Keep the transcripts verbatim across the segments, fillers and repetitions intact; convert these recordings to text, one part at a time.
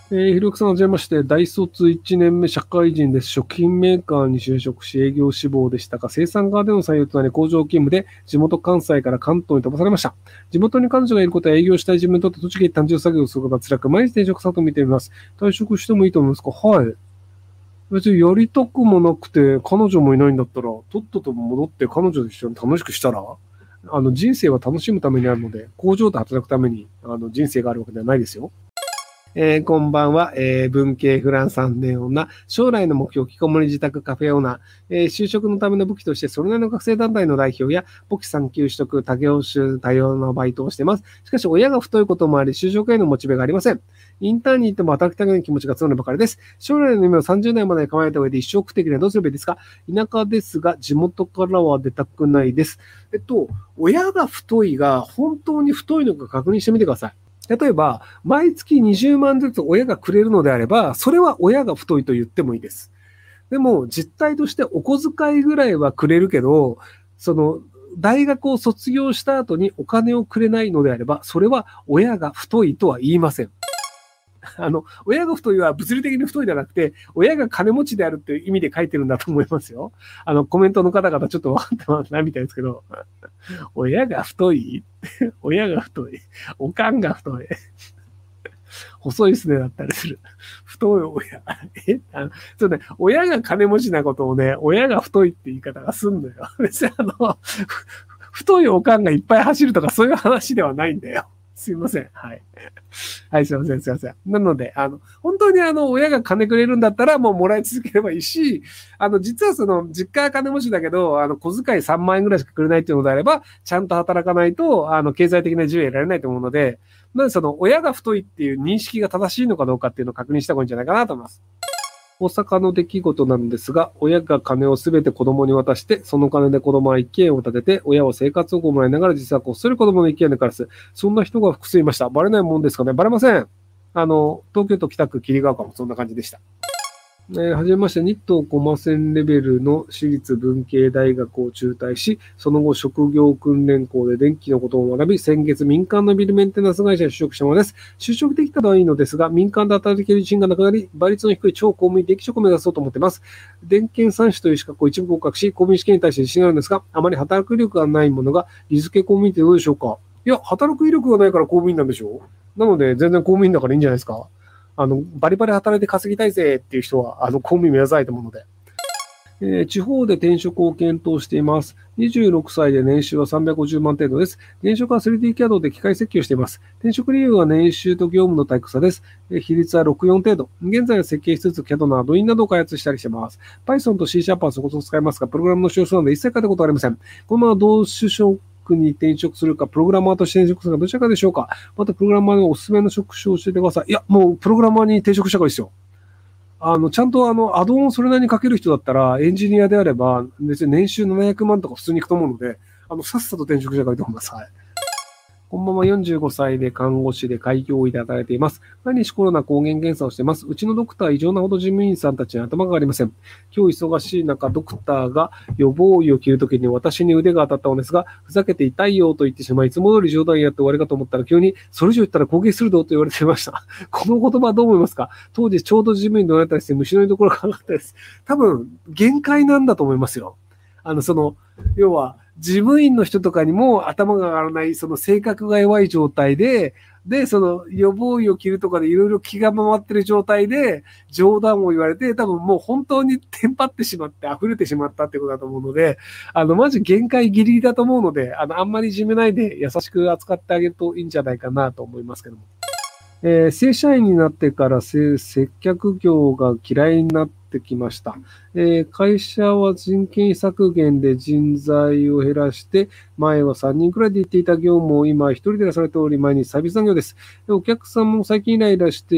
えー、ひろきさんはじめまして、大卒いちねんめ社会人です。食品メーカーに就職し営業志望でしたが、生産側での採用となり工場勤務で地元関西から関東に飛ばされました。地元に彼女がいることは営業したい自分にとって栃木で単純作業をすることは辛く、毎日転職サイトを見てみます。退職してもいいと思いますか？はい。別にやりたくもなくて、彼女もいないんだったら、とっとと戻って彼女と一緒に楽しくしたら、あの人生は楽しむためにあるので、工場で働くためにあの人生があるわけではないですよ。えー、こんばんは、えー、文系フランさん年女、将来の目標、引きこもり自宅カフェオーナー、えー、就職のための武器として、それなりの学生団体の代表や、簿記産休取得、多業種、多様なバイトをしています。しかし、親が太いこともあり、就職へのモチベがありません。インターンに行っても働きたくない気持ちが募るばかりです。将来の夢をさんじゅう代まで構えた上で一生食っていくにはどうすればいいですか？田舎ですが、地元からは出たくないです。えっと、親が太いが本当に太いのか確認してみてください。例えば、毎月にじゅうまんずつ親がくれるのであれば、それは親が太いと言ってもいいです。でも、実態としてお小遣いぐらいはくれるけど、その、大学を卒業した後にお金をくれないのであれば、それは親が太いとは言いません。あの、親が太いは物理的に太いじゃなくて、親が金持ちであるっていう意味で書いてるんだと思いますよ。あの、コメントの方々ちょっと分かってますなみたいですけど、親が太い親が太いおかんが太い細いすねだったりする。太い親。えあのそうね、親が金持ちなことをね、親が太いって言い方がすんのよ。別にあの、太いおかんがいっぱい走るとかそういう話ではないんだよ。すいません。はい。はい、すいません、すいません。なので、あの、本当にあの、親が金くれるんだったらもうもらい続ければいいし、あの、実はその、実家は金持ちだけど、あの、小遣いさんまん円ぐらいしかくれないっていうのであれば、ちゃんと働かないと、あの、経済的な自由を得られないと思うので、まずその、親が太いっていう認識が正しいのかどうかっていうのを確認した方がいいんじゃないかなと思います。大阪の出来事なんですが、親が金をすべて子供に渡して、その金で子供は一軒家を建てて、親は生活保護をもらいながら実はこっそり子供の一軒家で暮らす。そんな人が複数いました。バレないもんですかね？バレません。あの、東京都北区桐ヶ丘もそんな感じでした。えー、はじめまして、日東駒線レベルの私立文系大学を中退し、その後職業訓練校で電気のことを学び、先月民間のビルメンテナンス会社に就職したものです。就職できたのはいいのですが、民間で働ける自信がなくなり、倍率の低い超公務員適職を目指そうと思っています。電検三種という資格を一部合格し、公務員試験に対して自信があるんですが、あまり働く意力がないものが、理付け公務員ってどうでしょうか？いや、働く意力がないから公務員なんでしょう？なので、全然公務員だからいいんじゃないですか？あの、バリバリ働いて稼ぎたいぜっていう人は、あの、公務員目指さいと思うので。えー、地方で転職を検討しています。にじゅうろくさいで年収はさんびゃくごじゅうまん程度です。現職は スリーディー キャド で機械設計をしています。転職理由は年収と業務の体育差です。比率はろくじゅうよん程度。現在は設計しつつ キャド のアドインなどを開発したりしています。Python と C シャープはそこそこ使いますが、プログラムの使用数なので一切書いたことはありません。このまま同種職に転職するか、プログラマーとして転職するか、どちらかでしょうか？また、プログラマーのおすすめの職種を教えてください。いや、もう、プログラマーに転職した方がいいですよ。あの、ちゃんとあの、アドオンをそれなりにかける人だったら、エンジニアであれば、別に年収ななひゃくまんとか普通にいくと思うので、あの、さっさと転職した方がいいと思います。はい。こんばんは、よんじゅうごさいで看護師で開業医で働いています。毎日コロナ抗原検査をしています。うちのドクターは異常なほど事務員さんたちに頭がありません。今日忙しい中、ドクターが予防医を着るときに私に腕が当たったのですが、ふざけて痛いよと言ってしまい、いつも通り冗談やって終わりかと思ったら急に、それ以上言ったら攻撃するぞと言われていました。この言葉はどう思いますか？当時ちょうど事務員で言われたりして、虫の居所がなかったです。多分、限界なんだと思いますよ。あの、その、要は、事務員の人とかにも頭が上がらない、その性格が弱い状態で、で、その予防医を着るとかでいろいろ気が回ってる状態で冗談を言われて、多分もう本当にテンパってしまって溢れてしまったってことだと思うので、あの、マジ限界ギリギリだと思うので、あの、あんまりいじめないで優しく扱ってあげるといいんじゃないかなと思いますけども。えー、正社員になってから接客業が嫌いになってきました。えー、会社は人件費削減で人材を減らして、前はさんにんくらいで行っていた業務を今一人でなされており、毎日サービス残業です。でお客さんも最近イライラして、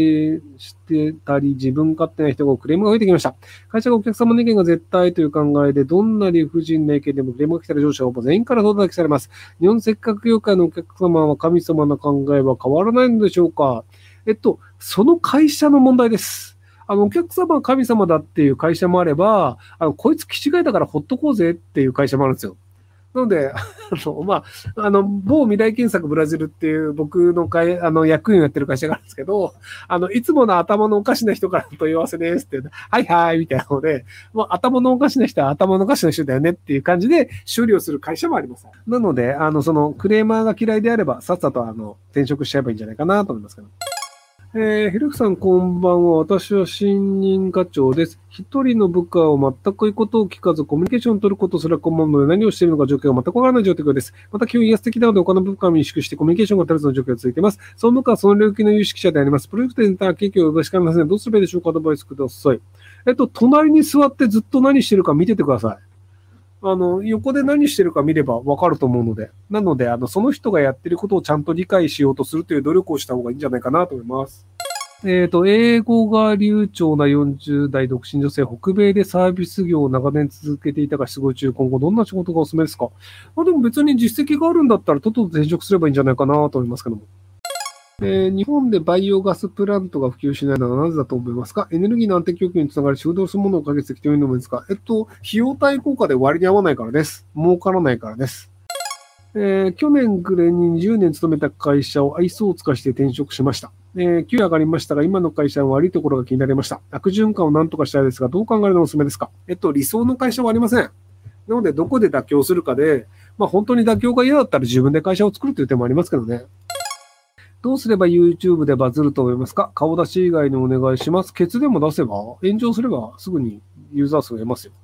してたり、自分勝手な人がクレームが増えてきました。会社がお客様の意見が絶対という考えで、どんな理不尽な意見でもクレームが来たら上司はほぼ全員からどう叩きされます。日本接客業界のお客様は神様の考えは変わらないのでしょうか？えっと、その会社の問題です。あの、お客様は神様だっていう会社もあれば、あの、こいつ気違いだからほっとこうぜっていう会社もあるんですよ。 なので、あの、まあ、あの、某未来検索ブラジルっていう僕の会、あの、役員をやってる会社があるんですけど、あの、いつもの頭のおかしな人からの問い合わせですって、はいはい、みたいなので、もう頭のおかしな人は頭のおかしな人だよねっていう感じで処理をする会社もあります。なので、あの、その、クレーマーが嫌いであれば、さっさと、あの、転職しちゃえばいいんじゃないかなと思いますけど。えー、ひろゆきさん、こんばんは。私は新任課長です。一人の部下を全く言うことを聞かず、コミュニケーションを取ることすら困るので、何をしているのか状況が全くわからない状況です。また、基本威圧的なので、他の部下を萎縮してコミュニケーションが取れずの状況が続いています。その部下はその領域の有識者であります。プロジェクト全体は経験を呼ばしかりません。どうすればいいでしょうか？アドバイスください。えっと、隣に座ってずっと何してるか見ててください。あの、横で何してるか見ればわかると思うので。なので、あの、その人がやってることをちゃんと理解しようとするという努力をした方がいいんじゃないかなと思います。えっと、英語が流暢なよんじゅう代独身女性、北米でサービス業を長年続けていたが失業中、今後どんな仕事がおすすめですか？まあ、でも別に実績があるんだったら、とっとと転職すればいいんじゃないかなと思いますけども。えー日本でバイオガスプラントが普及しないのはなぜだと思いますか？エネルギーの安定供給につながり、仕事をするものをかけてきているのもですか？えっと、費用対効果で割に合わないからです。儲からないからです。えー去年暮れににじゅうねん勤めた会社を愛想を尽かして転職しました。えー給与上がりましたが、今の会社の悪いところが気になりました。悪循環を何とかしたいですが、どう考えるのがおすすめですか？えっと、理想の会社はありません。なので、どこで妥協するかで、まあ、本当に妥協が嫌だったら自分で会社を作るという手もありますけどね。どうすれば YouTube でバズると思いますか？顔出し以外にお願いします。ケツでも出せば、炎上すればすぐにユーザー数を得ますよ。